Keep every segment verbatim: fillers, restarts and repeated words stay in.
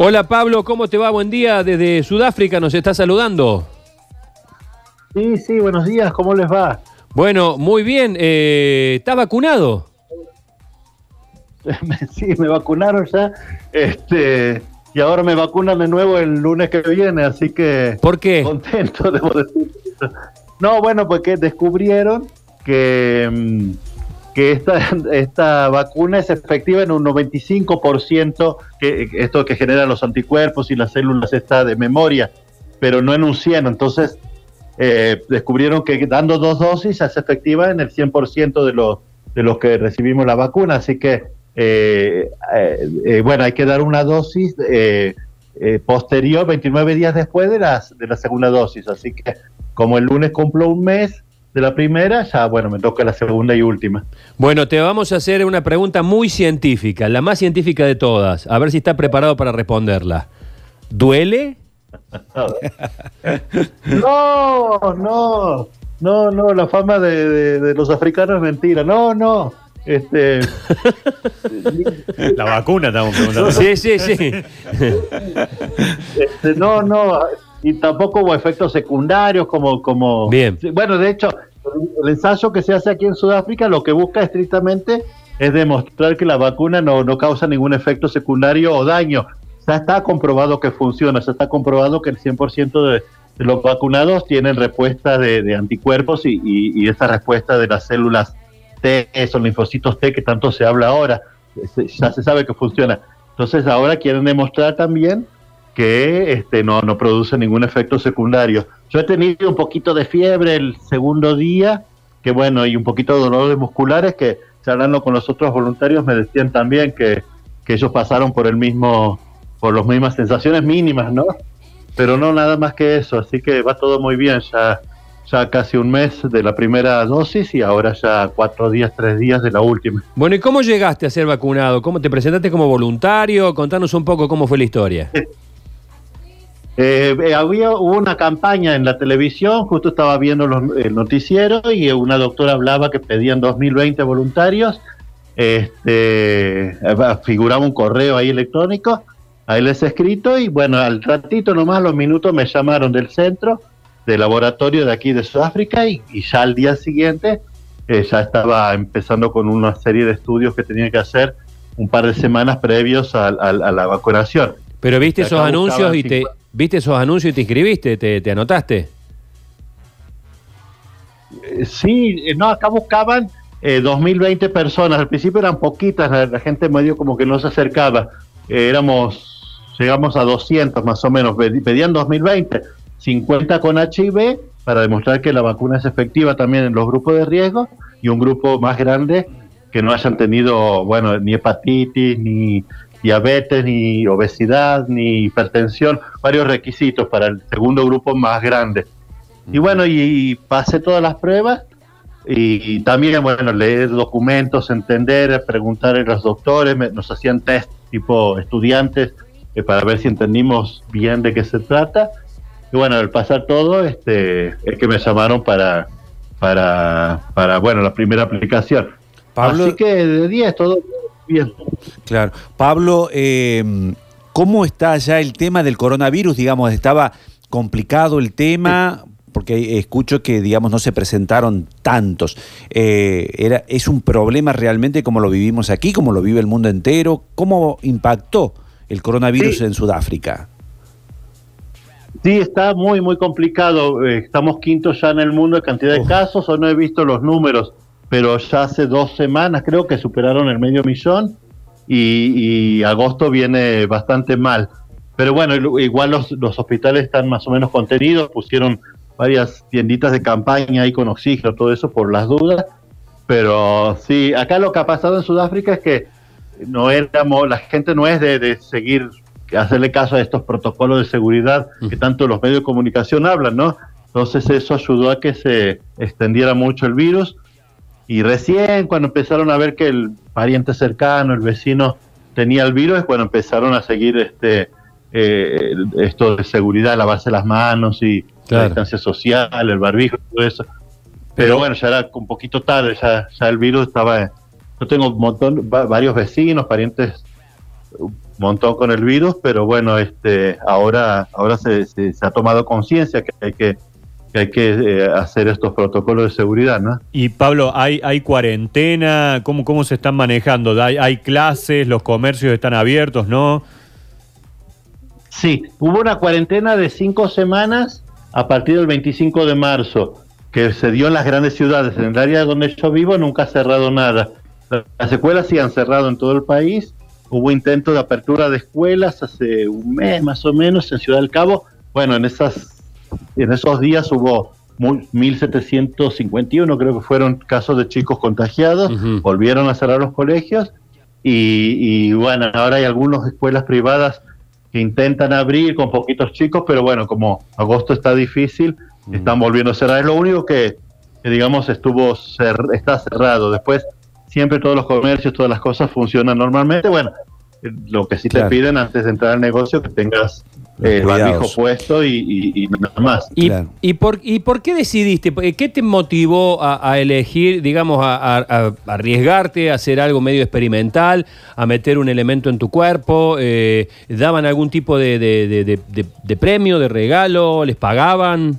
Hola Pablo, ¿cómo te va? Buen día, desde Sudáfrica nos está saludando. Sí, sí, buenos días, ¿cómo les va? Bueno, muy bien, eh, ¿estás vacunado? Sí, me vacunaron ya, este, y ahora me vacunan de nuevo el lunes que viene, así que... ¿Por qué? Contento, debo decir. No, bueno, porque descubrieron que, que esta, esta vacuna es efectiva en un noventa y cinco por ciento, que esto que genera los anticuerpos y las células está de memoria, pero no en un cien, entonces eh, descubrieron que dando dos dosis es efectiva en el cien por ciento de los, de los que recibimos la vacuna, así que eh, eh, eh, bueno, hay que dar una dosis eh, eh, posterior, veintinueve días después de, las, de la segunda dosis, así que como el lunes cumplo un mes de la primera, ya bueno, me toca la segunda y última. Bueno, te vamos a hacer una pregunta muy científica, la más científica de todas, a ver si estás preparado para responderla. ¿Duele? No, no, no, no, la fama de, de, de los africanos es mentira, no, no. Este... La vacuna estamos preguntando. Sí, sí, sí. Este, no, no, y tampoco hubo efectos secundarios como, como... Bien. Bueno, de hecho, el ensayo que se hace aquí en Sudáfrica lo que busca estrictamente es demostrar que la vacuna no, no causa ningún efecto secundario o daño. Ya está comprobado que funciona, ya está comprobado que el cien por ciento de, de los vacunados tienen respuesta de, de anticuerpos y, y, y esa respuesta de las células T, esos linfocitos T que tanto se habla ahora, ya se sabe que funciona. Entonces ahora quieren demostrar también que este, no, no produce ningún efecto secundario. Yo he tenido un poquito de fiebre el segundo día, que bueno, y un poquito de dolores musculares, que charlando con los otros voluntarios me decían también que, que ellos pasaron por el mismo, por las mismas sensaciones mínimas, ¿no? Pero no nada más que eso, así que va todo muy bien, ya, ya casi un mes de la primera dosis y ahora ya cuatro días, tres días de la última. Bueno, ¿y cómo llegaste a ser vacunado? ¿Cómo te presentaste como voluntario? Contanos un poco cómo fue la historia. Eh, eh, había hubo una campaña en la televisión, justo estaba viendo los, el noticiero y una doctora hablaba que pedían dos mil veinte voluntarios, este, figuraba un correo ahí electrónico, ahí les he escrito y bueno, al ratito nomás, los minutos me llamaron del centro, del laboratorio de aquí de Sudáfrica y, y ya al día siguiente eh, ya estaba empezando con una serie de estudios que tenía que hacer un par de semanas previos a, a, a la vacunación. Pero viste esos anuncios y te cincuenta viste esos anuncios y te inscribiste, te, te anotaste. Eh, sí, no, acá buscaban eh, dos mil veinte personas. Al principio eran poquitas, la, la gente medio como que no se acercaba. Eh, éramos, llegamos a doscientos más o menos. Pedían dos mil veinte, cincuenta con H I V para demostrar que la vacuna es efectiva también en los grupos de riesgo y un grupo más grande que no hayan tenido, bueno, ni hepatitis, ni diabetes, ni obesidad, ni hipertensión, varios requisitos para el segundo grupo más grande. Y bueno, y, y pasé todas las pruebas y, y también, bueno, leer documentos, entender, preguntar a los doctores, me, nos hacían test tipo estudiantes eh, para ver si entendimos bien de qué se trata. Y bueno, al pasar todo, este, es que me llamaron para, para, para bueno, la primera aplicación. Pablo, así que de diez todo bien. Claro. Pablo, eh, ¿cómo está ya el tema del coronavirus? Digamos, ¿estaba complicado el tema? Porque escucho que, digamos, no se presentaron tantos. Eh, era, ¿Es un problema realmente como lo vivimos aquí, como lo vive el mundo entero? ¿Cómo impactó el coronavirus sí. en Sudáfrica? Sí, está muy, muy complicado. Eh, estamos quintos ya en el mundo de cantidad de oh. casos, o no he visto los números, pero ya hace dos semanas creo que superaron el medio millón y, y agosto viene bastante mal. Pero bueno, igual los, los hospitales están más o menos contenidos, pusieron varias tienditas de campaña ahí con oxígeno, todo eso por las dudas. Pero sí, acá lo que ha pasado en Sudáfrica es que no éramos, la gente no es de, de seguir, hacerle caso a estos protocolos de seguridad que tanto los medios de comunicación hablan, ¿no? Entonces eso ayudó a que se extendiera mucho el virus. Y recién cuando empezaron a ver que el pariente cercano, el vecino tenía el virus, bueno, empezaron a seguir este eh, esto de seguridad, lavarse las manos y claro. la distancia social, el barbijo, todo eso. Pero, Pero bueno, ya era un poquito tarde, ya, ya el virus estaba... Yo tengo un montón, varios vecinos, parientes un montón con el virus, pero bueno, este, ahora, ahora se, se, se ha tomado conciencia que hay que, que, hay que eh, hacer estos protocolos de seguridad, ¿no? Y Pablo, ¿hay, hay cuarentena? ¿Cómo, cómo se están manejando? ¿Hay, ¿Hay clases? ¿Los comercios están abiertos? ¿No? Sí, hubo una cuarentena de cinco semanas a partir del veinticinco de marzo, que se dio en las grandes ciudades. En el área donde yo vivo nunca ha cerrado nada. Las escuelas sí han cerrado en todo el país. Hubo intento de apertura de escuelas hace un mes más o menos en Ciudad del Cabo. Bueno, en esas, en esos días hubo mil setecientos cincuenta y uno, creo que fueron casos de chicos contagiados. Uh-huh. Volvieron a cerrar los colegios y, y bueno, ahora hay algunas escuelas privadas que intentan abrir con poquitos chicos, pero bueno, como agosto está difícil, uh-huh. están volviendo a cerrar. Es lo único que, que digamos, estuvo cer- está cerrado. Después, siempre todos los comercios, todas las cosas funcionan normalmente. Bueno, lo que sí claro. te piden antes de entrar al negocio que tengas eh, el barbijo puesto y, y, y nada más. ¿Y, claro. y, por, ¿Y por qué decidiste? ¿Qué te motivó a, a elegir, digamos, a, a, a arriesgarte, a hacer algo medio experimental, a meter un elemento en tu cuerpo? Eh, ¿Daban algún tipo de, de, de, de, de, de premio, de regalo? ¿Les pagaban?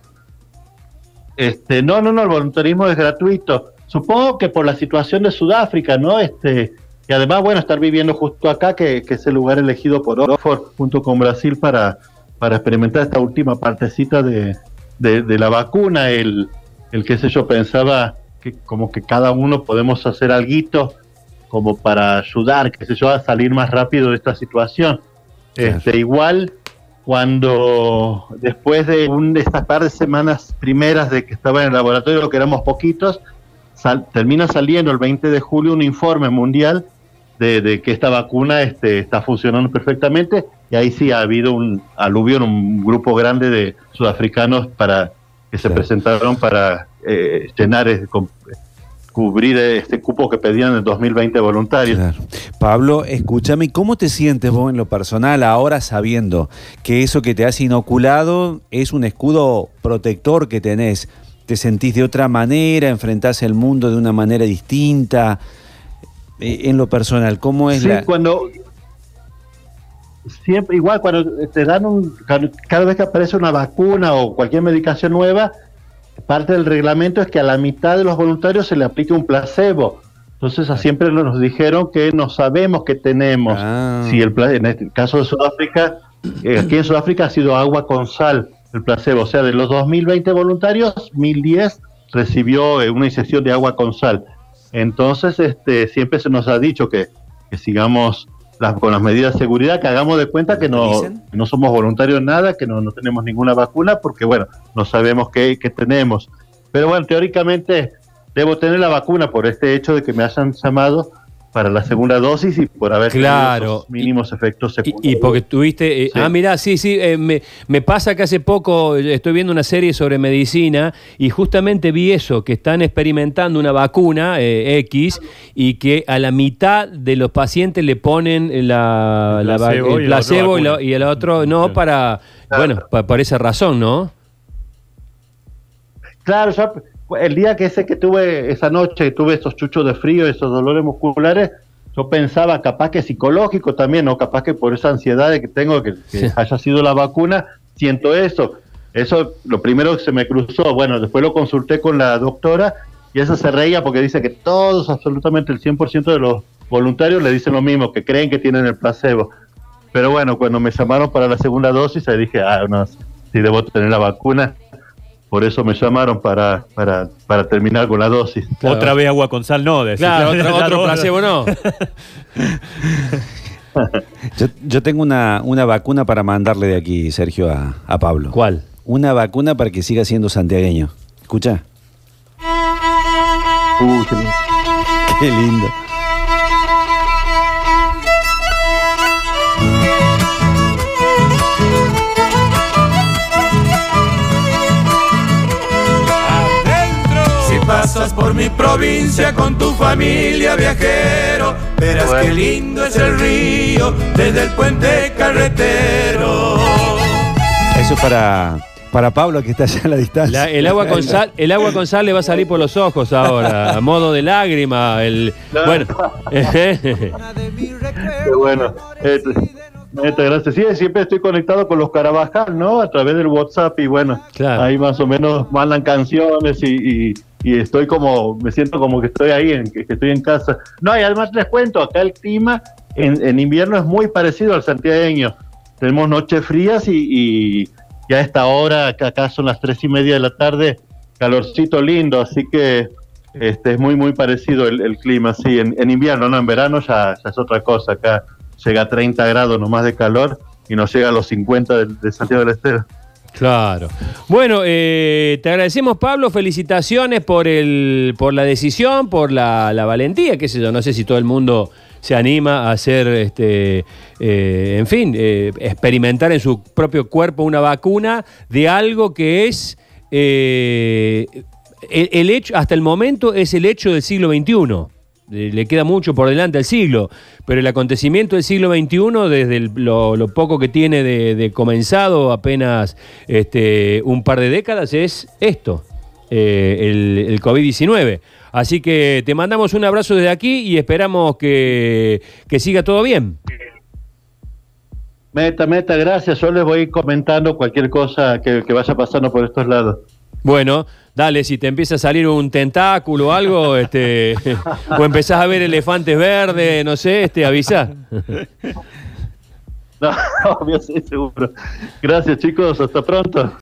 Este, no, no, no, el voluntarismo es gratuito. Supongo que por la situación de Sudáfrica, ¿no? Este, y además, bueno, estar viviendo justo acá, que, que es el lugar elegido por Oxford junto con Brasil para, para experimentar esta última partecita de, de, de la vacuna, el, el qué sé yo, pensaba que como que cada uno podemos hacer alguito como para ayudar, qué sé yo, a salir más rápido de esta situación. Claro. Este, igual, cuando después de, un, de estas par de semanas primeras de que estaba en el laboratorio, que éramos poquitos, Sal, termina saliendo el veinte de julio un informe mundial de, de que esta vacuna este, está funcionando perfectamente, y ahí sí ha habido un aluvio en un grupo grande de sudafricanos para que se claro. presentaron para eh, llenar, eh, con, cubrir este cupo que pedían en el dos mil veinte voluntarios. Claro. Pablo, escúchame, ¿cómo te sientes vos en lo personal ahora sabiendo que eso que te has inoculado es un escudo protector que tenés? ¿Te sentís de otra manera? ¿Enfrentás el mundo de una manera distinta? Eh, en lo personal, ¿cómo es sí, la...? cuando... Siempre, igual, cuando te dan un... Cada vez que aparece una vacuna o cualquier medicación nueva, parte del reglamento es que a la mitad de los voluntarios se le aplique un placebo. Entonces, a siempre nos dijeron que no sabemos qué tenemos. Ah. Si el, en este caso de Sudáfrica, eh, aquí en Sudáfrica ha sido agua con sal. El placebo, o sea, de los dos mil veinte voluntarios, mil diez recibió eh, una inyección de agua con sal. Entonces, este, siempre se nos ha dicho que, que sigamos las, con las medidas de seguridad, que hagamos de cuenta que no, que no somos voluntarios en nada, que no, no tenemos ninguna vacuna, porque bueno, no sabemos qué, qué tenemos. Pero bueno, teóricamente debo tener la vacuna por este hecho de que me hayan llamado para la segunda dosis y por haber claro. tenido esos mínimos y, efectos secundarios. Y, y porque tuviste... Eh, sí. Ah, mirá, sí, sí, eh, me, me pasa que hace poco estoy viendo una serie sobre medicina y justamente vi eso, que están experimentando una vacuna eh, X y que a la mitad de los pacientes le ponen la, el placebo, la, el placebo y, la y, el otro no, para... Claro. Bueno, pa, por esa razón, ¿no? Claro, yo... El día que ese que tuve, esa noche, tuve esos chuchos de frío, esos dolores musculares, yo pensaba capaz que psicológico también, o capaz que por esa ansiedad de que tengo, que, que sí. haya sido la vacuna, siento eso. Eso, lo primero que se me cruzó. Bueno, después lo consulté con la doctora y esa se reía porque dice que todos, absolutamente el cien por ciento de los voluntarios le dicen lo mismo, que creen que tienen el placebo. Pero bueno, cuando me llamaron para la segunda dosis, ahí dije, ah, no, si debo tener la vacuna. Por eso me llamaron para, para, para terminar con la dosis. Claro. Otra vez agua con sal, no. Decir, claro, otro, otro placebo, no. yo, yo tengo una, una vacuna para mandarle de aquí, Sergio, a, a Pablo. ¿Cuál? Una vacuna para que siga siendo santiagueño. ¿Escucha? Uh, qué lindo. Qué lindo. Pasas por mi provincia con tu familia viajero, verás bueno. Qué lindo es el río desde el puente carretero. Eso para, para Pablo, que está allá a la distancia. La, el, agua con sal, el agua con sal le va a salir por los ojos ahora, a modo de lágrima. El, bueno. Qué bueno. Este, este, gracias. Sí, siempre estoy conectado con los Carabajal, ¿no? A través del WhatsApp y bueno, claro. Ahí más o menos mandan canciones y, y, y estoy como, me siento como que estoy ahí, en, que, que estoy en casa. No, y además les cuento, acá el clima en, en invierno es muy parecido al santiagueño. Tenemos noches frías y, y ya a esta hora, acá, acá son las tres y media de la tarde, calorcito lindo, así que este es muy, muy parecido el, el clima, sí, en, en invierno, no, en verano ya, ya es otra cosa, acá llega a treinta grados nomás de calor y nos llega a los cincuenta de, de Santiago del Estero. Claro. Bueno, eh, te agradecemos, Pablo, felicitaciones por el, por la decisión, por la, la valentía, qué sé yo, no sé si todo el mundo se anima a hacer, este, eh, en fin, eh, experimentar en su propio cuerpo una vacuna de algo que es, eh, el, el hecho, hasta el momento es el hecho del siglo veintiuno. Le queda mucho por delante al siglo, pero el acontecimiento del siglo veintiuno, desde el, lo, lo poco que tiene de, de comenzado, apenas este, un par de décadas, es esto, eh, el, el COVID diecinueve. Así que te mandamos un abrazo desde aquí y esperamos que, que siga todo bien. Meta, meta, gracias. Yo les voy comentando cualquier cosa que, que vaya pasando por estos lados. Bueno, dale, si te empieza a salir un tentáculo o algo, este, o empezás a ver elefantes verdes, no sé, este, avisa. No, obvio, sí, seguro. Gracias, chicos. Hasta pronto.